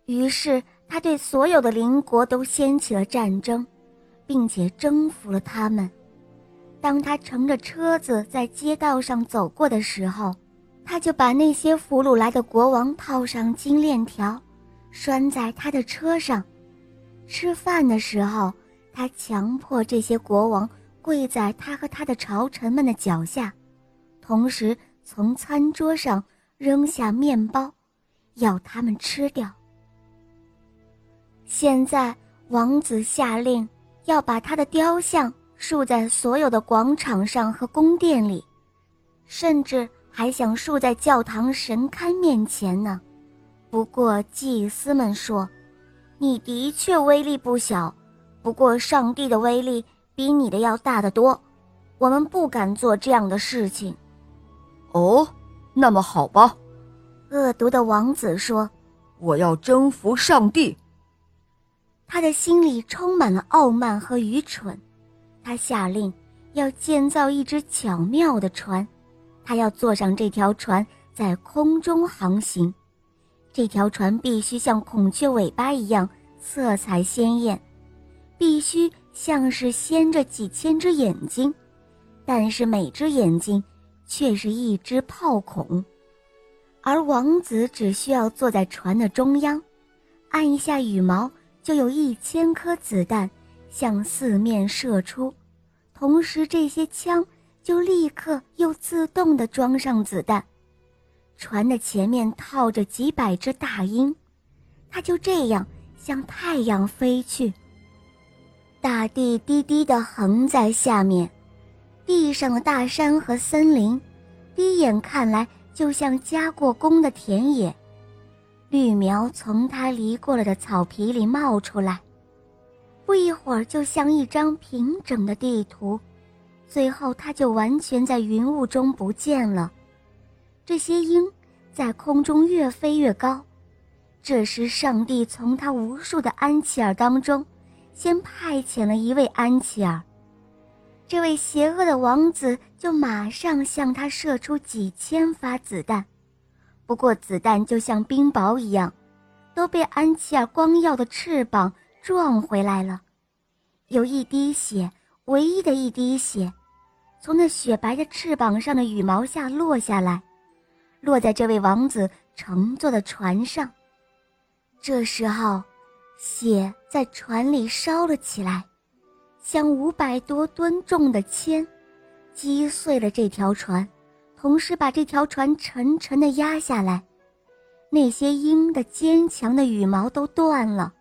于是他对所有的邻国都掀起了战争，并且征服了他们。当他乘着车子在街道上走过的时候，他就把那些俘虏来的国王套上金链条，拴在他的车上。吃饭的时候，他强迫这些国王跪在他和他的朝臣们的脚下，同时从餐桌上扔下面包，要他们吃掉。现在王子下令要把他的雕像竖在所有的广场上和宫殿里，甚至还想竖在教堂神龛面前呢。不过祭司们说，你的确威力不小，不过上帝的威力比你的要大得多，我们不敢做这样的事情。 哦，那么好吧。 恶毒的王子说， 我要征服上帝。 他的心里充满了傲慢和愚蠢。他下令要建造一只巧妙的船，他要坐上这条船在空中航行。这条船必须像孔雀尾巴一样色彩鲜艳，必须像是镶着几千只眼睛，但是每只眼睛却是一只炮孔。而王子只需要坐在船的中央，按一下羽毛，就有1000颗子弹向四面射出，同时这些枪就立刻又自动地装上子弹。船的前面套着几百只大鹰，它就这样向太阳飞去。大地低低地横在下面，地上的大山和森林，第一眼看来就像加过工的田野。绿苗从它犁过了的草皮里冒出来，不一会儿就像一张平整的地图，最后它就完全在云雾中不见了。这些鹰在空中越飞越高，这时上帝从他无数的安琪儿当中先派遣了一位安琪儿，这位邪恶的王子就马上向他射出几千发子弹，不过子弹就像冰雹一样，都被安琪儿光耀的翅膀撞回来了。有一滴血，唯一的一滴血，从那雪白的翅膀上的羽毛下落下来，落在这位王子乘坐的船上。这时候，血在船里烧了起来，像500多吨重的铅，击碎了这条船，同时把这条船沉沉地压下来。那些鹰的坚强的羽毛都断了，